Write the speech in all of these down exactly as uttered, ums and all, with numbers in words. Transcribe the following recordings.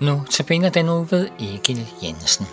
Nu tabiner den uge ved Egil Jensen.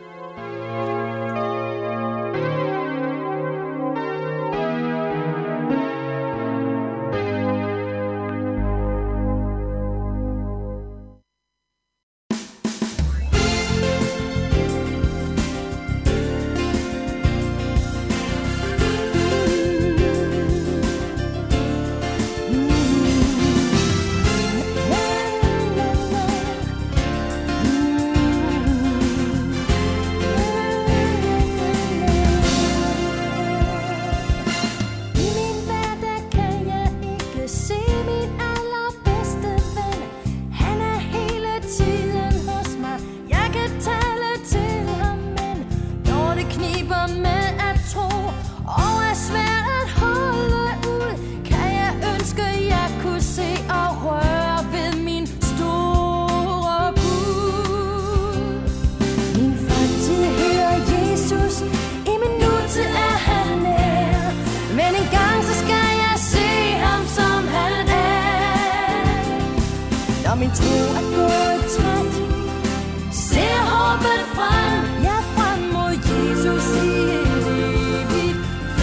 Min tro er gået træt, ser håbet frem, ja frem mod Jesus i evigt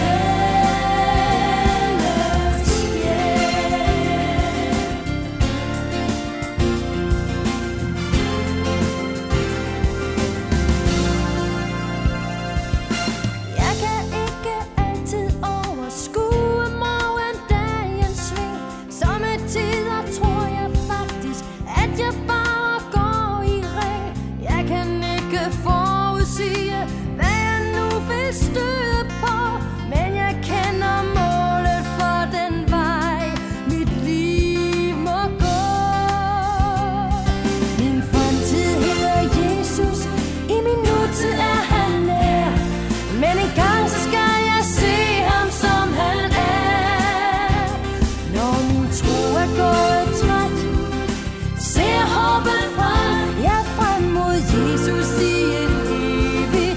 fællesskab. Jeg kan ikke altid overskue morgendagens sving, sommetider tror jeg at jeg bare går i ring. Jeg kan ikke forudsige, hvad jeg nu vil støde på, men jeg kender målet for den vej, mit liv må gå. Min fremtid hedder Jesus, i min nutid er han nær, men en gang så skal jeg se ham som han er. Når min tro er gået træt, ser håbet frem, ja frem mod Jesus i et evigt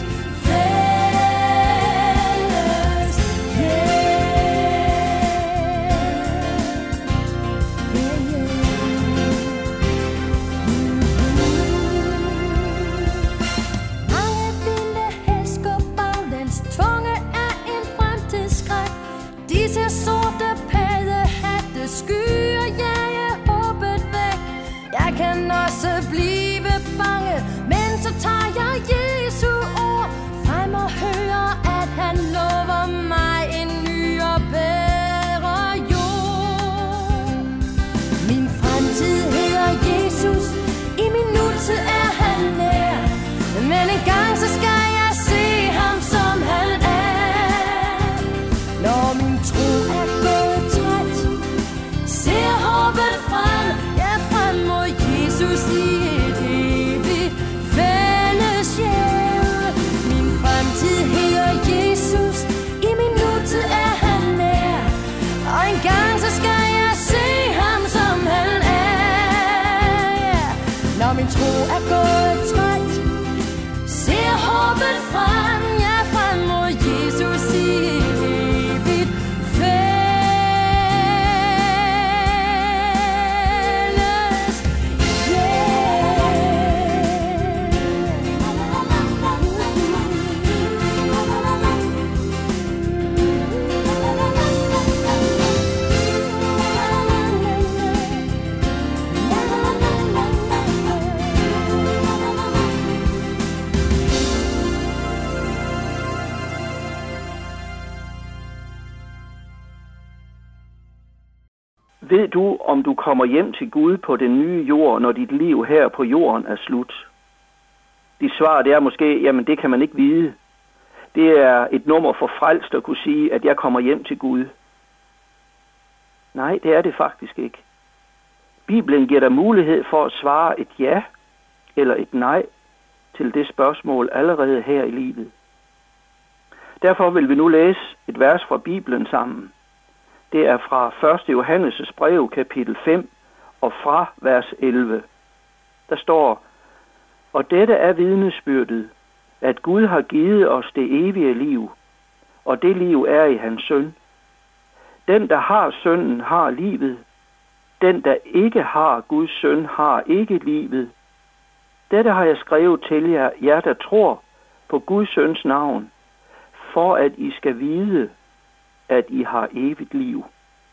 fællesskab. Mange vilde helst gå baglæns, tvunget af en fremtidsskræk. De ser sorte paddehatte skyer, jager håbet væk. Jeg kan også blive bange, men så tager jeg Jesu ord frem og hører, at han lover mig en ny og bedre jord. Min fremtid hedder Jesus, i min nutid er han nær, men en gang så skal jeg se ham som han er. Når min tro er gået træt, ser håbet frem, ja frem mod Jesus i et evigt fællesskab. Min fremtid hedder Jesus, i min nutid er han nær, og en gang så skal jeg se ham som han er. Når min tro er gået træt, ser håbet frem, ja frem mod Jesus i et evigt Ved du, om du kommer hjem til Gud på den nye jord, når dit liv her på jorden er slut? De svar, det er måske, jamen det kan man ikke vide. Det er et nummer for frelst at kunne sige, at jeg kommer hjem til Gud. Nej, det er det faktisk ikke. Bibelen giver dig mulighed for at svare et ja eller et nej til det spørgsmål allerede her i livet. Derfor vil vi nu læse et vers fra Bibelen sammen. Det er fra første Johannes' brev, kapitel fem, og fra vers elleve. Der står, og dette er vidnesbyrdet, at Gud har givet os det evige liv, og det liv er i hans søn. Den, der har sønnen, har livet. Den, der ikke har Guds søn, har ikke livet. Dette har jeg skrevet til jer, jer der tror på Guds søns navn, for at I skal vide, at I har evigt liv.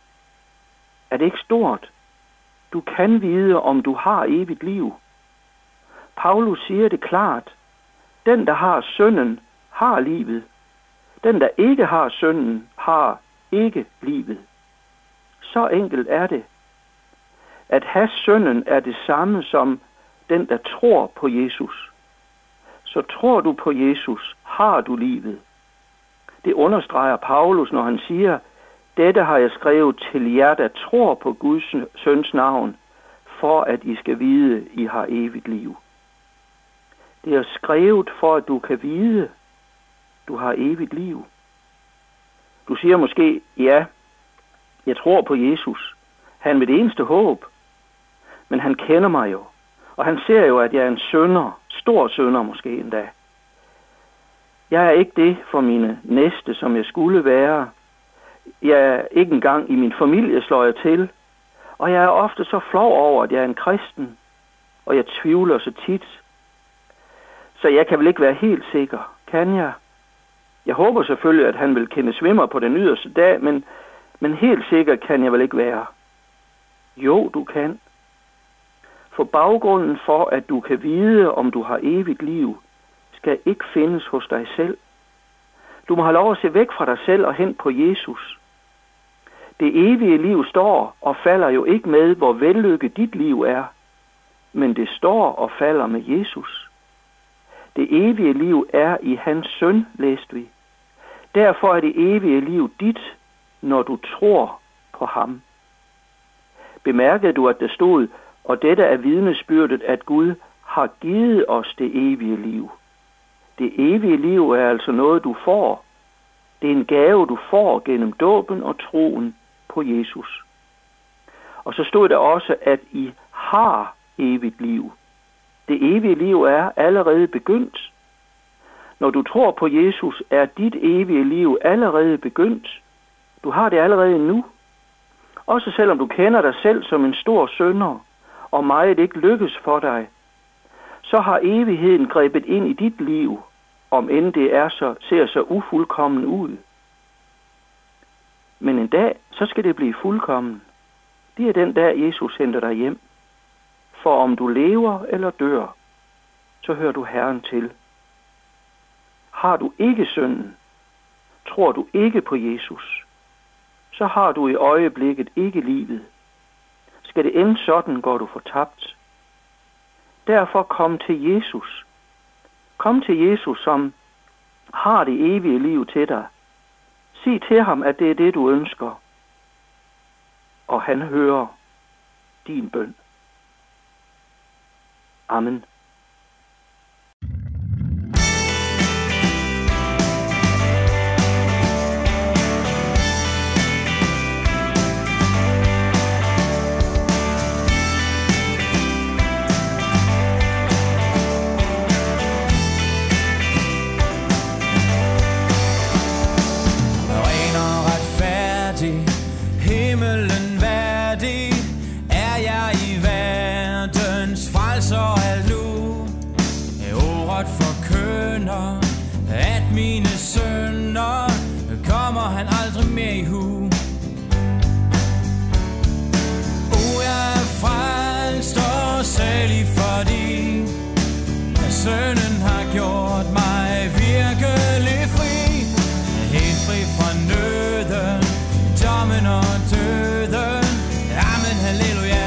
Er det ikke stort? Du kan vide, om du har evigt liv. Paulus siger det klart. Den, der har synden, har livet. Den, der ikke har synden, har ikke livet. Så enkelt er det. At have synden er det samme som den, der tror på Jesus. Så tror du på Jesus, har du livet. Det understreger Paulus, når han siger, dette har jeg skrevet til jer, der tror på Guds søns navn, for at I skal vide, I har evigt liv. Det er skrevet for, at du kan vide, du har evigt liv. Du siger måske, ja, jeg tror på Jesus. Han er mit eneste håb. Men han kender mig jo. Og han ser jo, at jeg er en synder. Stor synder måske endda. Jeg er ikke det for mine næste, som jeg skulle være. Jeg er ikke engang i min familie slår jeg til. Og jeg er ofte så flov over, at jeg er en kristen. Og jeg tvivler så tit. Så jeg kan vel ikke være helt sikker. Kan jeg? Jeg håber selvfølgelig, at han vil kende svimmer på den yderste dag, men, men helt sikker kan jeg vel ikke være. Jo, du kan. For baggrunden for, at du kan vide, om du har evigt liv, skal ikke findes hos dig selv. Du må have lov at se væk fra dig selv og hen på Jesus. Det evige liv står og falder jo ikke med, hvor vellykket dit liv er, men det står og falder med Jesus. Det evige liv er i hans søn, læste vi. Derfor er det evige liv dit, når du tror på ham. Bemærkede du, at der stod, og dette er vidnesbyrdet, at Gud har givet os det evige liv. Det evige liv er altså noget, du får. Det er en gave, du får gennem dåben og troen på Jesus. Og så stod der også, at I har evigt liv. Det evige liv er allerede begyndt. Når du tror på Jesus, er dit evige liv allerede begyndt. Du har det allerede nu. Også selvom du kender dig selv som en stor synder, og meget ikke lykkes for dig, så har evigheden grebet ind i dit liv, om end det er så, ser så ufuldkommen ud. Men en dag, så skal det blive fuldkommen. Det er den dag, Jesus henter dig hjem. For om du lever eller dør, så hører du Herren til. Har du ikke synden, tror du ikke på Jesus, så har du i øjeblikket ikke livet. Skal det ende sådan, går du fortabt. Derfor kom til Jesus. Kom til Jesus, som har det evige liv til dig. Sig til ham, at det er det, du ønsker. Og han hører din bøn. Amen. At mine sønner kommer han aldrig mere i hu. O, jeg er frelst og salig, fordi at sønnen har gjort mig virkelig fri. Helt fri fra nøden, dommen og døden. Amen, halleluja.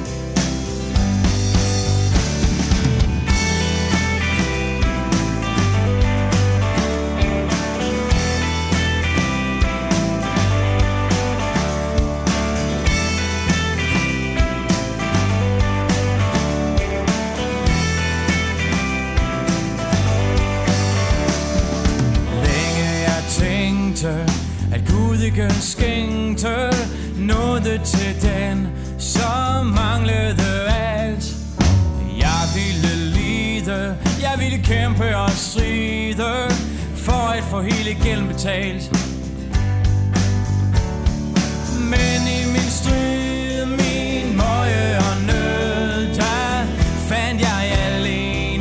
At Gud ikke skænkte noget til den, som manglede alt. Jeg ville lide, jeg ville kæmpe og stride, for at få hele gælden betalt. Men i min strid, min møje og nød, der fandt jeg alene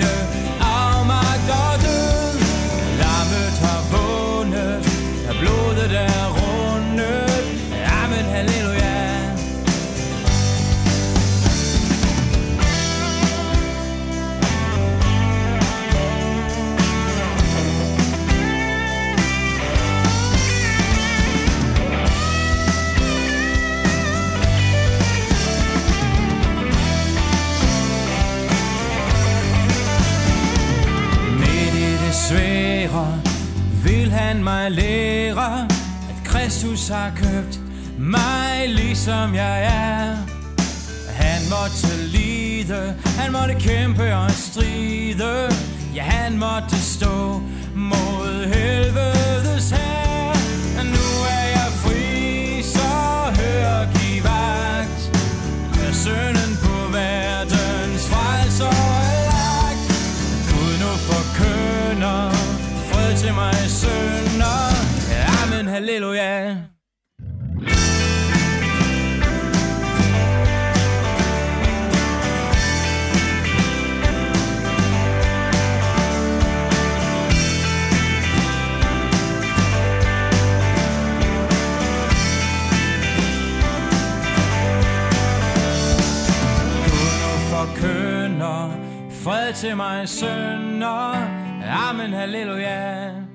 vil han mig lære, at Kristus har købt mig ligesom jeg er. Han måtte lide, han måtte kæmpe og stride, ja, han måtte stå mod helvedes hær. Nu er jeg fri, så hør, giv vagt. Med synden på verdens frelser er lagt. Gud nu forkynder fred til mig synder. Amen, halleluja. Forkynder fred til mig synder. Amen, halleluja.